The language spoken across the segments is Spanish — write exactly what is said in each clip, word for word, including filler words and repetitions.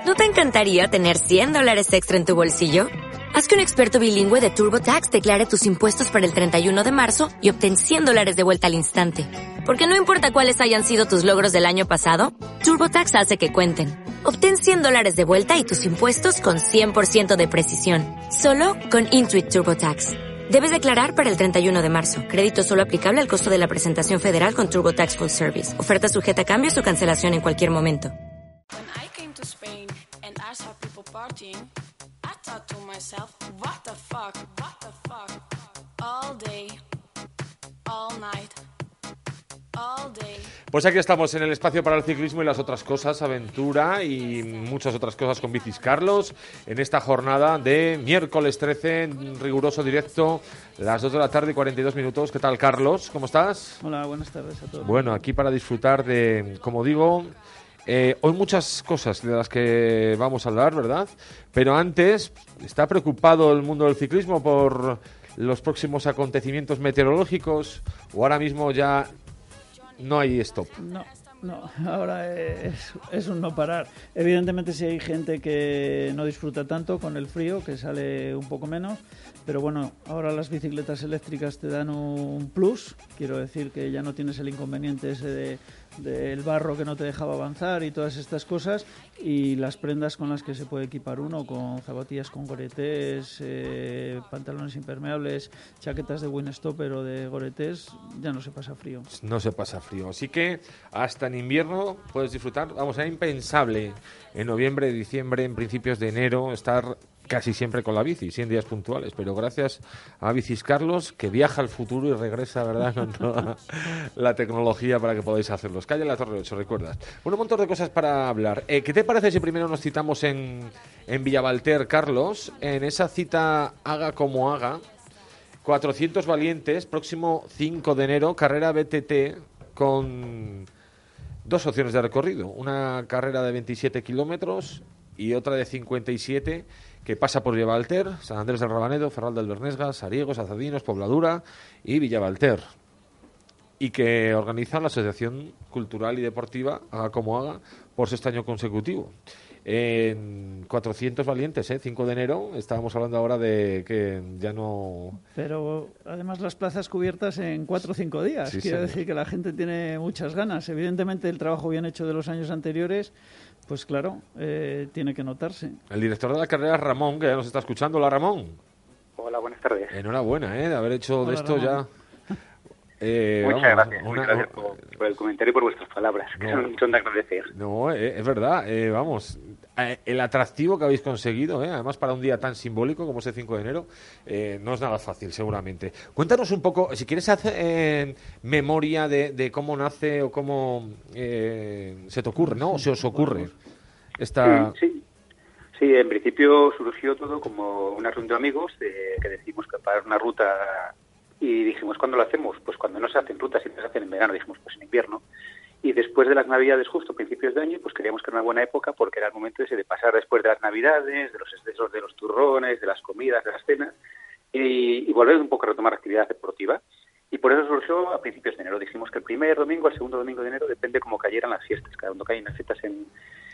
¿No te encantaría tener cien dólares extra en tu bolsillo? Haz que un experto bilingüe de TurboTax declare tus impuestos para el treinta y uno de marzo y obtén cien dólares de vuelta al instante. Porque no importa cuáles hayan sido tus logros del año pasado, TurboTax hace que cuenten. Obtén cien dólares de vuelta y tus impuestos con cien por ciento de precisión. Solo con Intuit TurboTax. Debes declarar para el treinta y uno de marzo. Crédito solo aplicable al costo de la presentación federal con TurboTax Full Service. Oferta sujeta a cambios o cancelación en cualquier momento. Partying, I thought to myself, what the fuck, what the fuck, all day, all night, all day. Pues aquí estamos en el espacio para el ciclismo y las otras cosas, aventura y muchas otras cosas con Bicis Carlos, en esta jornada de miércoles trece, riguroso directo, las dos de la tarde y cuarenta y dos minutos. ¿Qué tal, Carlos? ¿Cómo estás? Hola, buenas tardes a todos. Bueno, aquí para disfrutar de, como digo... Eh, hoy muchas cosas de las que vamos a hablar, ¿verdad? Pero antes, ¿está preocupado el mundo del ciclismo por los próximos acontecimientos meteorológicos? ¿O ahora mismo ya no hay stop? No, no, ahora es, es un no parar. Evidentemente sí hay gente que no disfruta tanto con el frío, que sale un poco menos, pero bueno, ahora las bicicletas eléctricas te dan un plus. Quiero decir que ya no tienes el inconveniente ese de del barro que no te dejaba avanzar y todas estas cosas, y las prendas con las que se puede equipar uno, con zapatillas con Gore-Tex, eh, pantalones impermeables, chaquetas de Windstopper o de Gore-Tex, ya no se pasa frío. No se pasa frío, así que hasta en invierno puedes disfrutar. Vamos, era impensable en noviembre, diciembre, en principios de enero estar casi siempre con la bici, cien días puntuales, pero gracias a Bicis Carlos, que viaja al futuro y regresa, ¿verdad?, con toda la tecnología para que podáis hacerlos. Calle La Torre ocho, ¿recuerdas? Bueno, un montón de cosas para hablar. Eh, ¿Qué te parece si primero nos citamos en, en Villavalter, Carlos? En esa cita Haga como haga, cuatrocientos valientes, próximo cinco de enero, carrera B T T con dos opciones de recorrido. Una carrera de veintisiete kilómetros y otra de cincuenta y siete, que pasa por Villavalter, San Andrés del Rabanedo, Ferral del Bernesga, Sariegos, Azadinos, Pobladura y Villavalter, y que organiza la Asociación Cultural y Deportiva Haga como haga por sexto año consecutivo. En cuatrocientos valientes, ¿eh? cinco de enero, estábamos hablando ahora de que ya no... Pero además las plazas cubiertas en cuatro o cinco días, sí, quiero señor. decir que la gente tiene muchas ganas. Evidentemente el trabajo bien hecho de los años anteriores, pues claro, eh, tiene que notarse. El director de la carrera es Ramón, que ya nos está escuchando. Hola, Ramón. Hola, buenas tardes. Enhorabuena, ¿eh? De haber hecho Hola, de esto Ramón. ya... Eh, muchas vamos, gracias, una, muchas gracias por, por el comentario y por vuestras palabras, que no, son, son de agradecer. No, eh, es verdad, eh, vamos, eh, el atractivo que habéis conseguido, eh, además para un día tan simbólico como ese cinco de enero, eh, no es nada fácil, seguramente. Cuéntanos un poco, si quieres hacer eh, memoria de, de cómo nace o cómo eh, se te ocurre, ¿no? O se os ocurre esta... Sí, sí, en principio surgió todo como una reunión de amigos de, que decidimos preparar una ruta. Y dijimos, ¿cuándo lo hacemos? Pues cuando no se hacen rutas, siempre se hacen en verano, dijimos, pues en invierno. Y después de las Navidades, justo a principios de año, pues creíamos que era una buena época porque era el momento ese de pasar después de las Navidades, de los excesos de los turrones, de las comidas, de las cenas, y, y volver un poco a retomar la actividad deportiva. Y por eso surgió a principios de enero. Dijimos que el primer domingo, el segundo domingo de enero, depende cómo cayeran las fiestas. Cada uno cae en las fiestas en,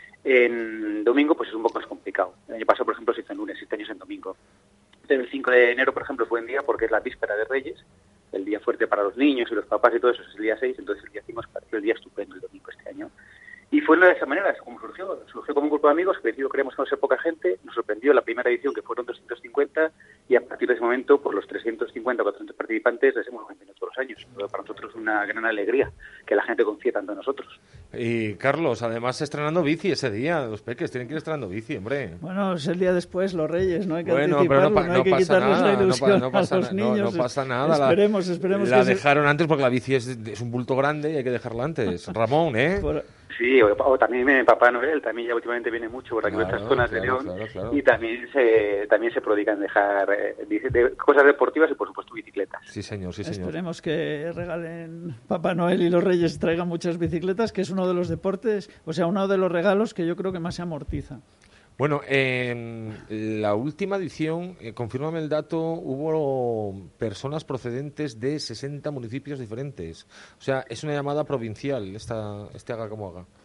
en domingo, pues es un poco más complicado. El año pasado, por ejemplo, se hizo en lunes, este año es en domingo. El cinco de enero, por ejemplo, es buen día porque es la víspera de Reyes, el día fuerte para los niños y los papás y todo eso es el día seis, entonces el día cinco es el día estupendo, el domingo este año. Y fue de esa manera, es como surgió. Surgió como un grupo de amigos que decidió queremos conocer poca gente, nos sorprendió la primera edición que fueron doscientos cincuenta y a partir de ese momento, por los trescientos cincuenta o cuatrocientos participantes, les hemos mantenido todos los años. Pero para nosotros es una gran alegría que la gente confíe tanto en nosotros. Y Carlos, además estrenando bici ese día, los peques tienen que ir estrenando bici, hombre. Bueno, es el día después, los Reyes, no hay que bueno, anticiparlo, pero no, pa- no hay no que pasa quitarles nada, la ilusión no, pa- no pasa, a los no, niños. no pasa nada. Esperemos, la, esperemos la que dejaron se... antes porque la bici es, es un bulto grande y hay que dejarla antes. Ramón, ¿eh? Por... Sí, o, o también eh, Papá Noel, también ya últimamente viene mucho por aquí claro, en estas zonas claro, de León, claro, claro. y también se también se prodigan dejar eh, de, de cosas deportivas y por supuesto bicicletas. Sí, señor, sí, señor. Esperemos que regalen Papá Noel y los Reyes traigan muchas bicicletas, que es uno de los deportes, o sea, uno de los regalos que yo creo que más se amortiza. Bueno, en la última edición, eh, confírmame el dato, hubo personas procedentes de sesenta municipios diferentes. O sea, es una llamada provincial, esta, este haga como haga.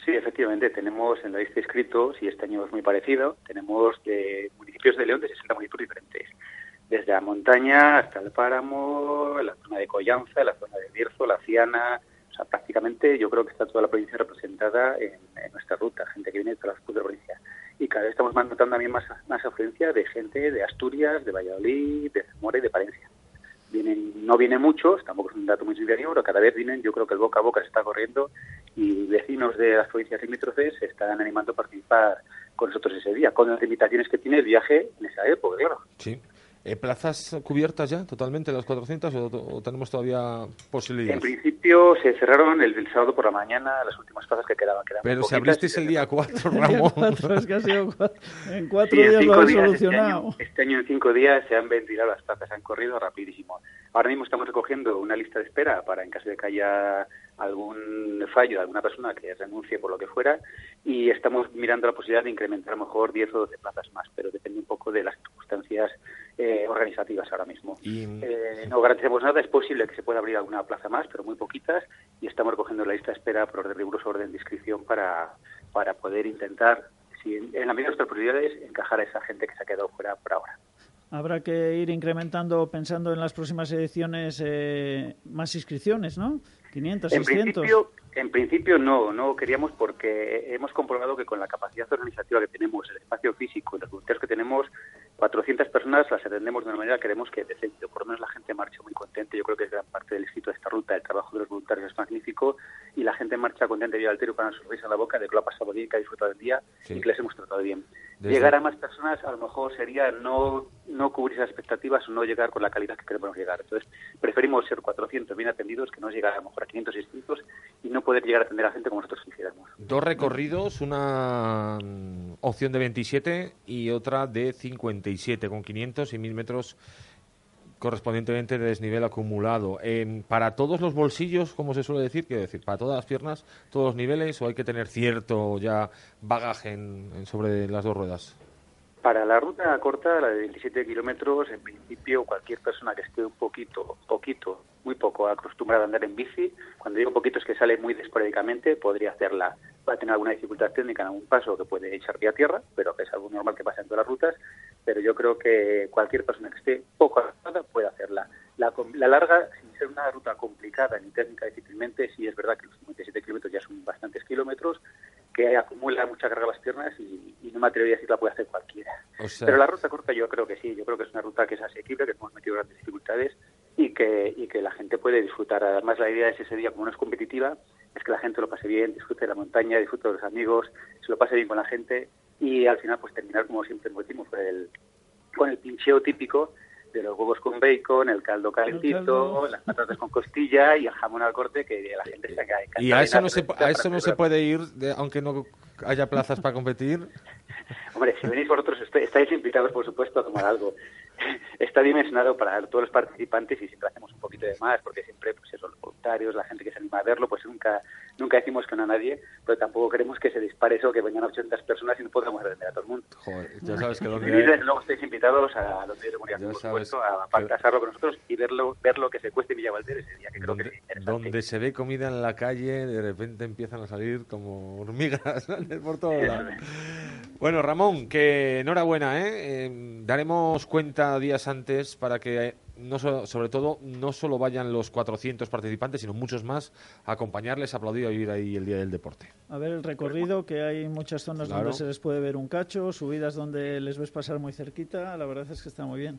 Sí, efectivamente, tenemos en la lista de inscritos, y este año es muy parecido, tenemos de municipios de León de sesenta municipios diferentes, desde la montaña hasta el páramo, la zona de Collanza, la zona de Bierzo, la Ciana, o sea, prácticamente yo creo que está toda la provincia representada en, en nuestra ruta, gente que viene de todas las puntos de la provincia. Y cada vez estamos notando también más, más afluencia de gente de Asturias, de Valladolid, de Zamora y de Palencia. Vienen, no vienen muchos, tampoco es un dato muy significativo, pero cada vez vienen, yo creo que el boca a boca se está corriendo y vecinos de las provincias limítrofes se están animando a participar con nosotros ese día, con las limitaciones que tiene el viaje en esa época, claro. Sí. Eh, ¿Plazas cubiertas ya totalmente, las cuatrocientas, o, o tenemos todavía posibilidades? En principio se cerraron el, el sábado por la mañana las últimas plazas que quedaban. quedaban Pero si abristeis el día cuatro, El Ramón. día cuatro, es que ha sido cuatro, en cuatro Sí, en días lo cinco han días, solucionado. Este año, este año en cinco días se han ventilado las plazas, han corrido rapidísimo. Ahora mismo estamos recogiendo una lista de espera para en caso de que haya algún fallo de alguna persona que renuncie por lo que fuera, y estamos mirando la posibilidad de incrementar a lo mejor diez o doce plazas más, pero depende un poco de las circunstancias eh, organizativas ahora mismo. Y... Eh, no garantizamos nada, es posible que se pueda abrir alguna plaza más, pero muy poquitas, y estamos recogiendo la lista de espera por orden riguroso orden de inscripción para, para poder intentar, si en, en la medida de nuestras posibilidades, encajar a esa gente que se ha quedado fuera por ahora. Habrá que ir incrementando, pensando en las próximas ediciones, eh, más inscripciones, ¿no? quinientos, En seiscientos. principio, en principio no, no queríamos, porque hemos comprobado que con la capacidad organizativa que tenemos, el espacio físico y los voluntarios que tenemos, cuatrocientas personas las atendemos de una manera que queremos que decente. Por lo menos la gente marcha muy contenta. Yo creo que es gran parte del éxito de esta ruta. El trabajo de los voluntarios es magnífico y la gente marcha contenta y al altero con una sonrisa en la boca de que lo ha pasado bien, que ha disfrutado del día, sí, y que les hemos tratado bien. Desde... Llegar a más personas a lo mejor sería no, no cubrir esas expectativas o no llegar con la calidad que queremos llegar. Entonces, preferimos ser cuatrocientos bien atendidos que no llegar a lo mejor a quinientos, seiscientos y no poder llegar a atender a gente como nosotros quisiéramos. Dos recorridos, una opción de veintisiete y otra de cincuenta y siete, con quinientos y mil metros correspondientemente de desnivel acumulado. Eh, ¿Para todos los bolsillos, como se suele decir? Quiero decir, ¿para todas las piernas, todos los niveles, o hay que tener cierto ya bagaje en, en sobre las dos ruedas? Para la ruta corta, la de veintisiete kilómetros, en principio cualquier persona que esté un poquito, poquito, muy poco acostumbrada a andar en bici, cuando digo poquito es que sale muy esporádicamente, podría hacerla. Va a tener alguna dificultad técnica en algún paso que puede echar vía tierra, pero que es algo normal que pasa en todas las rutas, pero yo creo que cualquier persona que esté poco acostumbrada puede hacerla. La, la larga, sin ser una ruta complicada ni técnica difícilmente, sí es verdad que los cincuenta y siete kilómetros ya son bastantes kilómetros, que acumula mucha carga a las piernas y, y no me atrevería a decir que la puede hacer cualquiera. O sea... Pero la ruta corta yo creo que sí, yo creo que es una ruta que es asequible, que hemos metido grandes dificultades y que, y que la gente puede disfrutar. Además, la idea es ese día, como no es competitiva, es que la gente lo pase bien, disfrute de la montaña, disfrute de los amigos, se lo pase bien con la gente y al final pues terminar como siempre nos decimos con el, con el pincheo típico de los huevos con bacon, el caldo calentito, las patatas con costilla y el jamón al corte, que la gente está encantada. ¿Y a eso no se, a eso no se puede ir, de, aunque no haya plazas para competir? Hombre, si venís vosotros, estáis invitados, por supuesto, a tomar algo. Está dimensionado para todos los participantes y siempre hacemos un poquito de más, porque siempre, pues eso, los voluntarios, la gente que se anima a verlo, pues nunca nunca decimos que no a nadie, pero tampoco queremos que se dispare eso, que vengan ochocientas personas y no podamos atender a todo el mundo. Joder, ya sabes que donde hay... Luego estáis invitados a los medios de comunicación, por supuesto, a pasarlo con nosotros y verlo, ver lo que se cueste Villa Valder ese día, que creo donde, que es interesante. Donde se ve comida en la calle, de repente empiezan a salir como hormigas por todos lados. Bueno, Ramón, que enhorabuena, ¿eh? Eh, daremos cuenta días antes para que, no so, sobre todo, no solo vayan los cuatrocientos participantes, sino muchos más a acompañarles, a aplaudir y a vivir ahí el Día del Deporte. A ver el recorrido, que hay muchas zonas claro. donde se les puede ver un cacho, subidas donde les ves pasar muy cerquita, la verdad es que está muy bien.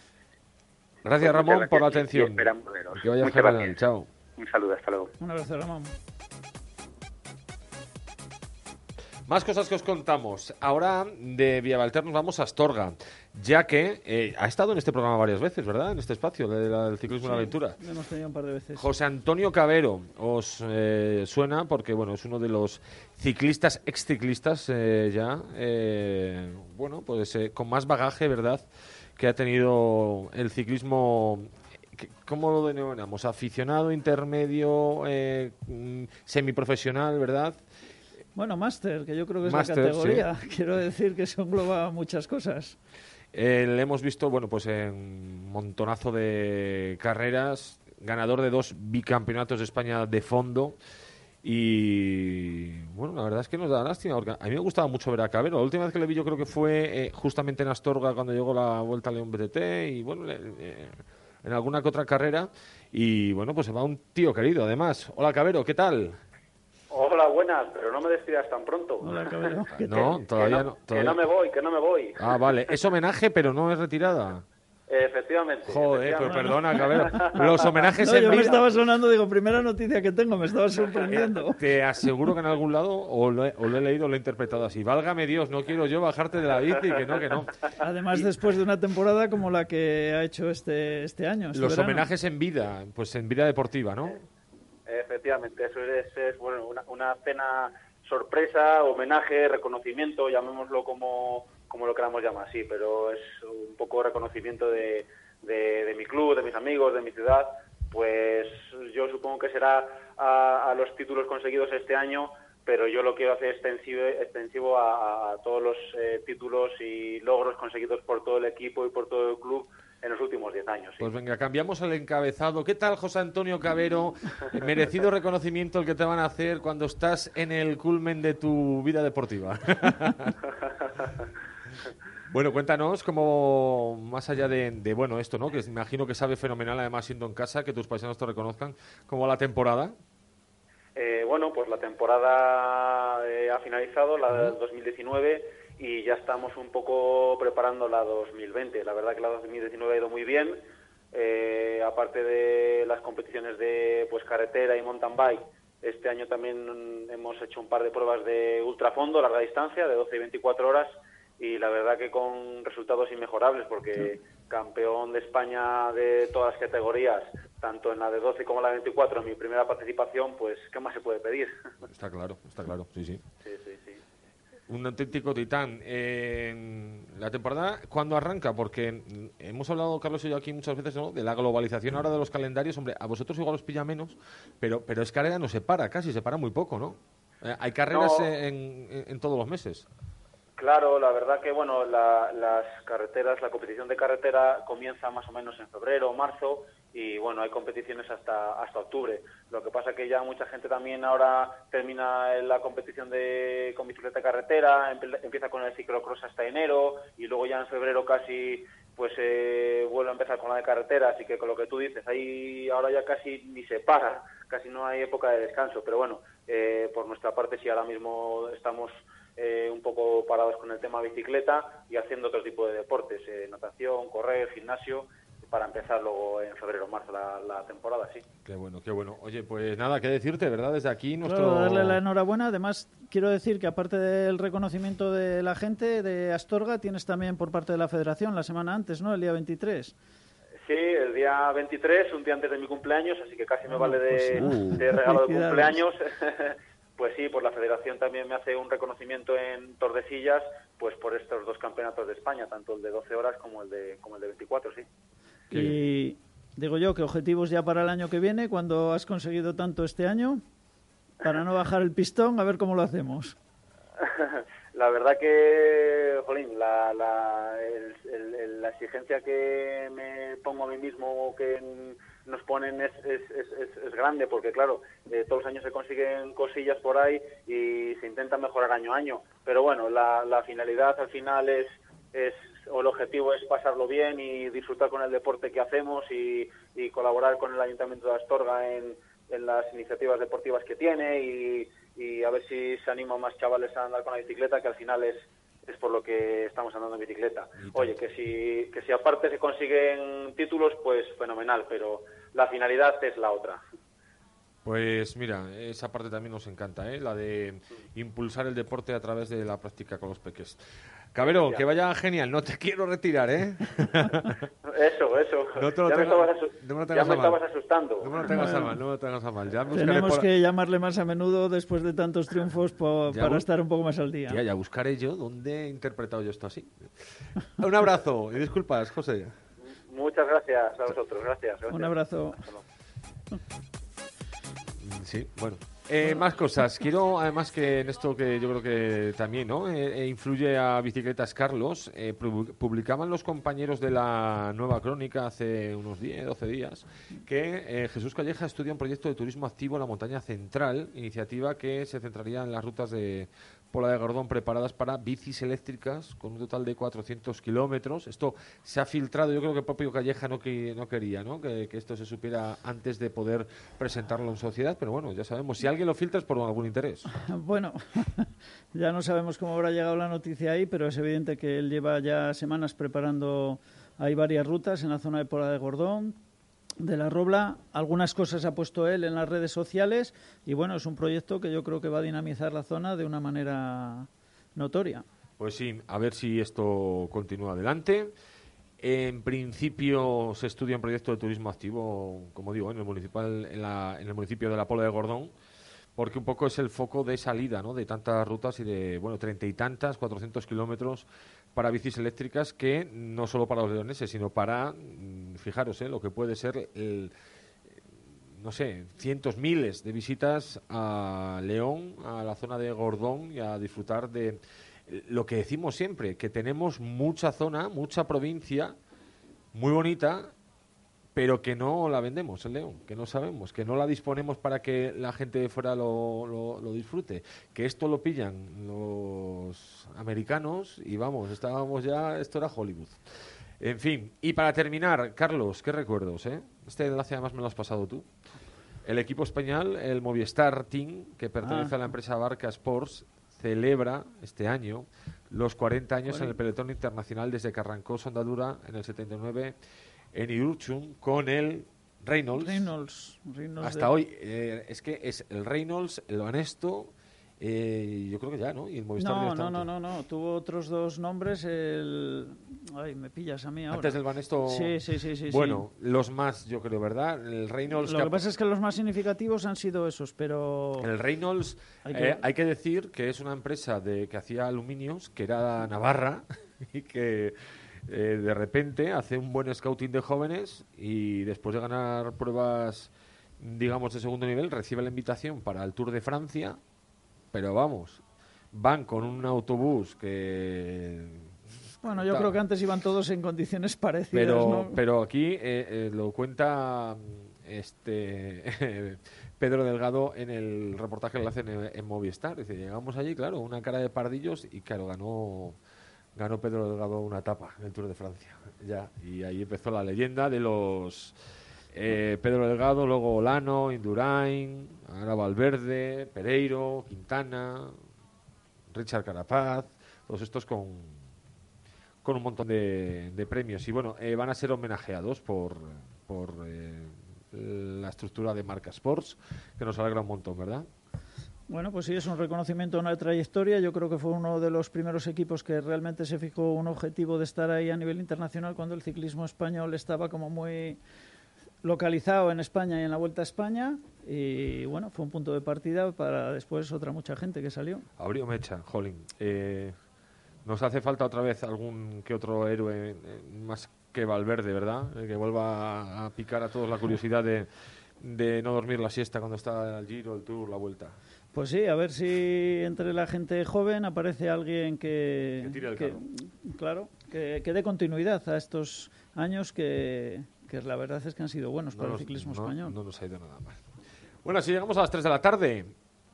Gracias, pues Ramón, gracias por la atención. Que vaya genial. Chao. Un saludo, hasta luego. Un abrazo, Ramón. Más cosas que os contamos. Ahora de Villa Valter nos vamos a Astorga, ya que eh, ha estado en este programa varias veces, ¿verdad? En este espacio de la, del ciclismo sí, y la aventura. Lo hemos tenido un par de veces. José Antonio Cabero, os eh, suena porque bueno, es uno de los ciclistas, exciclistas eh, ya, eh, bueno, pues eh, con más bagaje, ¿verdad?, que ha tenido el ciclismo. ¿Cómo lo denominamos? Aficionado, intermedio, eh, semiprofesional, ¿verdad? Bueno, máster, que yo creo que es Master, la categoría. Sí. Quiero decir que eso engloba muchas cosas. Eh, le hemos visto, bueno, pues en un montonazo de carreras, ganador de dos bicampeonatos de España de fondo Y bueno, la verdad es que nos da lástima, porque a mí me gustaba mucho ver a Cabero. La última vez que le vi yo creo que fue eh, justamente en Astorga cuando llegó la Vuelta a León B T T y bueno, eh, en alguna que otra carrera. Y bueno, pues se va un tío querido además. Hola Cabero, ¿qué tal? Hola, buenas, pero no me despidas tan pronto. Hola, Cabero. ¿Qué No, tal? todavía que no. no, Todavía... Que no me voy, que no me voy. Ah, vale, es homenaje pero no es retirada. Efectivamente. Joder, pues efectivamente. perdona, Cabero. Los homenajes No, en yo me vida... estaba sonando, digo, primera noticia que tengo, me estaba sorprendiendo. Te aseguro que en algún lado o lo, he, o lo he leído o lo he interpretado así. Válgame Dios, no quiero yo bajarte de la bici, que no, que no. Además, después de una temporada como la que ha hecho este, este año. Este Los verano. homenajes en vida, pues en vida deportiva, ¿no? Efectivamente, eso es, es bueno, una, una cena sorpresa, homenaje, reconocimiento, llamémoslo como, como lo queramos llamar, sí, pero es un poco reconocimiento de, de, de mi club, de mis amigos, de mi ciudad. Pues yo supongo que será a, a los títulos conseguidos este año, pero yo lo quiero hacer extensivo, extensivo a, a todos los eh, títulos y logros conseguidos por todo el equipo y por todo el club en los últimos diez años. Sí. Pues venga, cambiamos el encabezado. ¿Qué tal, José Antonio Cabero? Merecido reconocimiento el que te van a hacer cuando estás en el culmen de tu vida deportiva. Bueno, cuéntanos cómo, más allá de, de, bueno, esto, ¿no? Que imagino que sabe fenomenal, además, siendo en casa, que tus paisanos te reconozcan, ¿cómo va la temporada? Eh, bueno, pues la temporada eh, ha finalizado, la del dos mil diecinueve, y ya estamos un poco preparando la dos mil veinte. La verdad que la dos mil diecinueve ha ido muy bien, eh, aparte de las competiciones de pues carretera y mountain bike. Este año también hemos hecho un par de pruebas de ultrafondo, larga distancia, de doce y veinticuatro horas, y la verdad que con resultados inmejorables, porque campeón de España de todas las categorías, tanto en la de doce como en la de veinticuatro, en mi primera participación, pues ¿qué más se puede pedir? Está claro, está claro, sí, sí. Sí, sí, sí. Un auténtico titán. Eh, la temporada, ¿cuándo arranca? Porque hemos hablado, Carlos y yo, aquí muchas veces, ¿no?, de la globalización ahora de los calendarios. Hombre, a vosotros igual os pilla menos, pero, pero es que ahora no se para, casi se para muy poco, ¿no? Eh, hay carreras No. en, en, en todos los meses. Claro, la verdad que bueno, la, las carreteras, la competición de carretera comienza más o menos en febrero o marzo y bueno, hay competiciones hasta hasta octubre. Lo que pasa que ya mucha gente también ahora termina la competición de con bicicleta de carretera, empieza con el ciclocross hasta enero y luego ya en febrero casi pues eh, vuelve a empezar con la de carretera, así que con lo que tú dices, ahí ahora ya casi ni se para, casi no hay época de descanso, pero bueno, eh, por nuestra parte sí ahora mismo estamos Eh, un poco parados con el tema bicicleta y haciendo otro tipo de deportes, eh, natación, correr, gimnasio, para empezar luego en febrero o marzo la, la temporada, sí. Qué bueno, qué bueno. Oye, pues nada, qué decirte, ¿verdad? Desde aquí nuestro... Claro, darle la enhorabuena. Además, quiero decir que aparte del reconocimiento de la gente de Astorga, tienes también por parte de la Federación la semana antes, ¿no? El día veintitrés. Sí, el día veintitrés, un día antes de mi cumpleaños, así que casi me vale de, pues, uh, de regalo de felicidades. cumpleaños. Pues sí, pues la Federación también me hace un reconocimiento en Tordesillas, pues por estos dos campeonatos de España, tanto el de doce horas como el de como el de veinticuatro, sí. Y digo yo, ¿qué objetivos ya para el año que viene, cuando has conseguido tanto este año? Para no bajar el pistón, a ver cómo lo hacemos. La verdad que, jolín, la, la, el, el, la exigencia que me pongo a mí mismo, que nos ponen es, es, es, es grande, porque claro, eh, todos los años se consiguen cosillas por ahí y se intenta mejorar año a año, pero bueno, la, la finalidad al final es, es, o el objetivo es pasarlo bien y disfrutar con el deporte que hacemos y, y colaborar con el Ayuntamiento de Astorga en, en las iniciativas deportivas que tiene y, y a ver si se animan más chavales a andar con la bicicleta, que al final es es por lo que estamos andando en bicicleta. Oye, que si que si aparte se consiguen títulos, pues fenomenal, pero la finalidad es la otra. Pues mira, esa parte también nos encanta, ¿eh? La de impulsar el deporte a través de la práctica con los peques. Cabero, ya. Que vaya genial, no te quiero retirar, ¿eh? Eso, eso. No te lo ya tengas, me estabas, asu no me lo ya me estabas mal. asustando. No me lo tengas bueno, a mal, no me lo tengas a mal. Ya tenemos por... que llamarle más a menudo después de tantos triunfos po, para bus... estar un poco más al día. Tía, ya buscaré yo dónde he interpretado yo esto así. Un abrazo y disculpas, José. Muchas gracias a vosotros, gracias. gracias. Un abrazo. Sí, bueno. Eh, más cosas. Quiero, además, que en esto que yo creo que también ¿no? eh, eh, influye a Bicicletas Carlos, eh, publicaban los compañeros de la Nueva Crónica hace unos diez, doce días que eh, Jesús Calleja estudia un proyecto de turismo activo en la montaña central, iniciativa que se centraría en las rutas de Pola de Gordón preparadas para bicis eléctricas con un total de cuatrocientos kilómetros. Esto se ha filtrado, yo creo que el propio Calleja no, que, no quería ¿no? Que, que esto se supiera antes de poder presentarlo en sociedad, pero bueno, ya sabemos, si alguien lo filtra es por algún interés. Bueno, ya no sabemos cómo habrá llegado la noticia ahí, pero es evidente que él lleva ya semanas preparando, hay varias rutas en la zona de Pola de Gordón, de la Robla, algunas cosas ha puesto él en las redes sociales y bueno, es un proyecto que yo creo que va a dinamizar la zona de una manera notoria. Pues sí, a ver si esto continúa adelante. En principio se estudia un proyecto de turismo activo, como digo, en el municipal, en, la, en el municipio de la Pola de Gordón, porque un poco es el foco de salida, ¿no? De tantas rutas y de, bueno, treinta y tantas, cuatrocientos kilómetros para bicis eléctricas que no solo para los leoneses, sino para, fijaros, ¿eh? Lo que puede ser, el, no sé, cientos, miles de visitas a León, a la zona de Gordón y a disfrutar de lo que decimos siempre, que tenemos mucha zona, mucha provincia muy bonita, pero que no la vendemos en León, que no sabemos, que no la disponemos para que la gente de fuera lo, lo, lo disfrute, que esto lo pillan los americanos y vamos, estábamos ya, esto era Hollywood. En fin, y para terminar, Carlos, qué recuerdos, ¿eh? Este enlace además me lo has pasado tú. El equipo español, el Movistar Team, que pertenece ah. a la empresa Barca Sports, celebra este año los cuarenta años bueno. en el pelotón internacional desde que arrancó su andadura en el setenta y nueve en Irurchun con el Reynolds. Reynolds, Reynolds hasta de... hoy. Eh, es que es el Reynolds, el Banesto, eh, yo creo que ya, ¿no? Y el Movistar no, no, no, no, no, tuvo otros dos nombres, el... Ay, me pillas a mí ahora. Antes del Banesto... Sí, sí, sí, sí. Bueno, sí. los más, yo creo, ¿verdad? El Reynolds... Lo que, que pasa es que los más significativos han sido esos, pero... El Reynolds, hay que, eh, hay que decir que es una empresa de que hacía aluminios, que era Navarra, y que... Eh, de repente hace un buen scouting de jóvenes y después de ganar pruebas, digamos, de segundo nivel, recibe la invitación para el Tour de Francia, pero vamos, van con un autobús que... Bueno, yo creo que antes iban todos en condiciones parecidas, pero, ¿no? Pero aquí eh, eh, lo cuenta este Pedro Delgado en el reportaje que le hacen en, en Movistar. Dice, llegamos allí, claro, una cara de pardillos y claro, ganó... Ganó Pedro Delgado una etapa en el Tour de Francia, ya, y ahí empezó la leyenda de los eh, Pedro Delgado, luego Olano, Indurain, ahora Valverde, Pereiro, Quintana, Richard Carapaz, todos estos con, con un montón de, de premios. Y bueno, eh, van a ser homenajeados por, por eh, la estructura de Marca Sports, que nos alegra un montón, ¿verdad? Bueno, pues sí, es un reconocimiento a una trayectoria. Yo creo que fue uno de los primeros equipos que realmente se fijó un objetivo de estar ahí a nivel internacional cuando el ciclismo español estaba como muy localizado en España y en la Vuelta a España. Y bueno, fue un punto de partida para después otra mucha gente que salió. Abrió mecha, jolín. Eh, nos hace falta otra vez algún que otro héroe, eh, más que Valverde, ¿verdad? Eh, que vuelva a, a picar a todos la curiosidad de, de no dormir la siesta cuando está el Giro, el Tour, la Vuelta. Pues sí, a ver si entre la gente joven aparece alguien que, que tire el que claro, que, que dé continuidad a estos años que, que la verdad es que han sido buenos no para nos, el ciclismo no, español. No nos ha ido nada mal. Bueno, así llegamos a las tres de la tarde.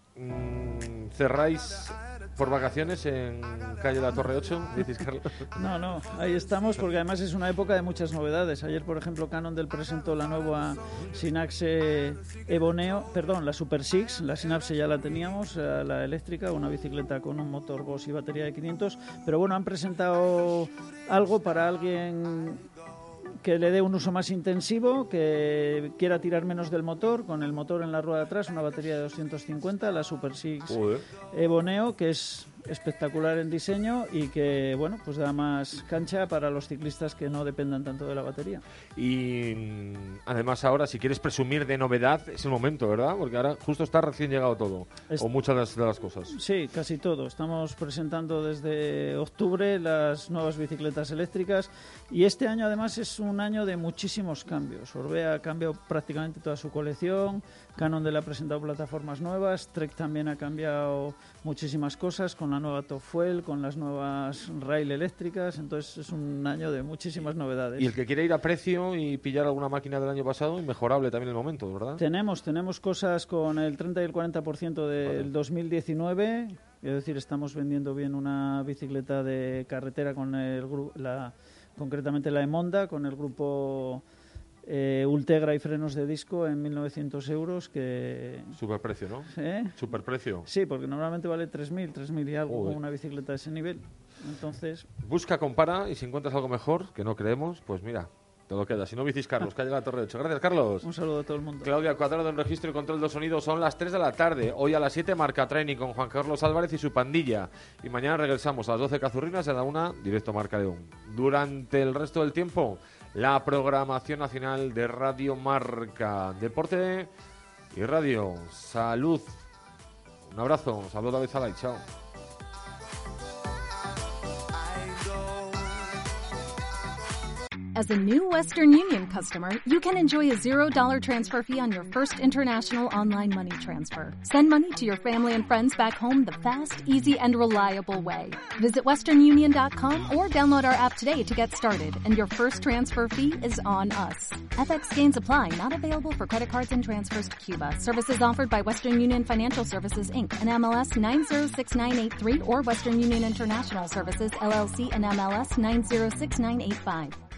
Mm, ¿Cerráis por vacaciones en calle de la Torre ocho? ¿Dices, Carlos? No, no, ahí estamos porque además es una época de muchas novedades. Ayer, por ejemplo, Cannondale presentó la nueva Synapse Evoneo, perdón, la Super Six. La Synapse ya la teníamos, la eléctrica, una bicicleta con un motor Bosch y batería de quinientos. Pero bueno, han presentado algo para alguien que le dé un uso más intensivo, que quiera tirar menos del motor, con el motor en la rueda de atrás, una batería de doscientos cincuenta, la Super Six Evoneo, que es espectacular en diseño y que, bueno, pues da más cancha para los ciclistas que no dependan tanto de la batería. Y además ahora, si quieres presumir de novedad, es el momento, ¿verdad? Porque ahora justo está recién llegado todo, es... o muchas de las, de las cosas. Sí, casi todo. Estamos presentando desde octubre las nuevas bicicletas eléctricas y este año además es un año de muchísimos cambios. Orbea ha cambiado prácticamente toda su colección, Canon le ha presentado plataformas nuevas, Trek también ha cambiado muchísimas cosas con la nueva Top Fuel, con las nuevas rail eléctricas, entonces es un año de muchísimas novedades. Y el que quiere ir a precio y pillar alguna máquina del año pasado, inmejorable también el momento, ¿verdad? Tenemos, tenemos cosas con el treinta y el cuarenta por ciento del vale. dos mil diecinueve, es decir, estamos vendiendo bien una bicicleta de carretera con el grupo, la, concretamente la Emonda, con el grupo eh, Ultegra y frenos de disco en mil novecientos euros. Que Superprecio, ¿no? ¿Eh? Superprecio. Sí, porque normalmente vale tres mil, tres mil y algo Uy. con una bicicleta de ese nivel. Entonces... Busca, compara y si encuentras algo mejor, que no creemos, pues mira, te lo queda. Si no, Bicis Carlos, que ha llegado a Torre ocho. Gracias, Carlos. Un saludo a todo el mundo. Claudia Cuadrado en registro y control de sonido. Son las tres de la tarde. Hoy a las siete Marca Training con Juan Carlos Álvarez y su pandilla. Y mañana regresamos a las doce Cazurrinas y a la una directo Marca León. Durante el resto del tiempo, la programación nacional de Radio Marca. Deporte y radio. Salud. Un abrazo. Saludos a David Zalay. Chao. As a new Western Union customer, you can enjoy a zero dollar transfer fee on your first international online money transfer. Send money to your family and friends back home the fast, easy, and reliable way. Visit western union dot com or download our app today to get started, and your first transfer fee is on us. F X gains apply, not available for credit cards and transfers to Cuba. Services offered by Western Union Financial Services, Incorporated, and M L S nine zero six nine eight three or Western Union International Services, L L C, and M L S nine zero six nine eight five.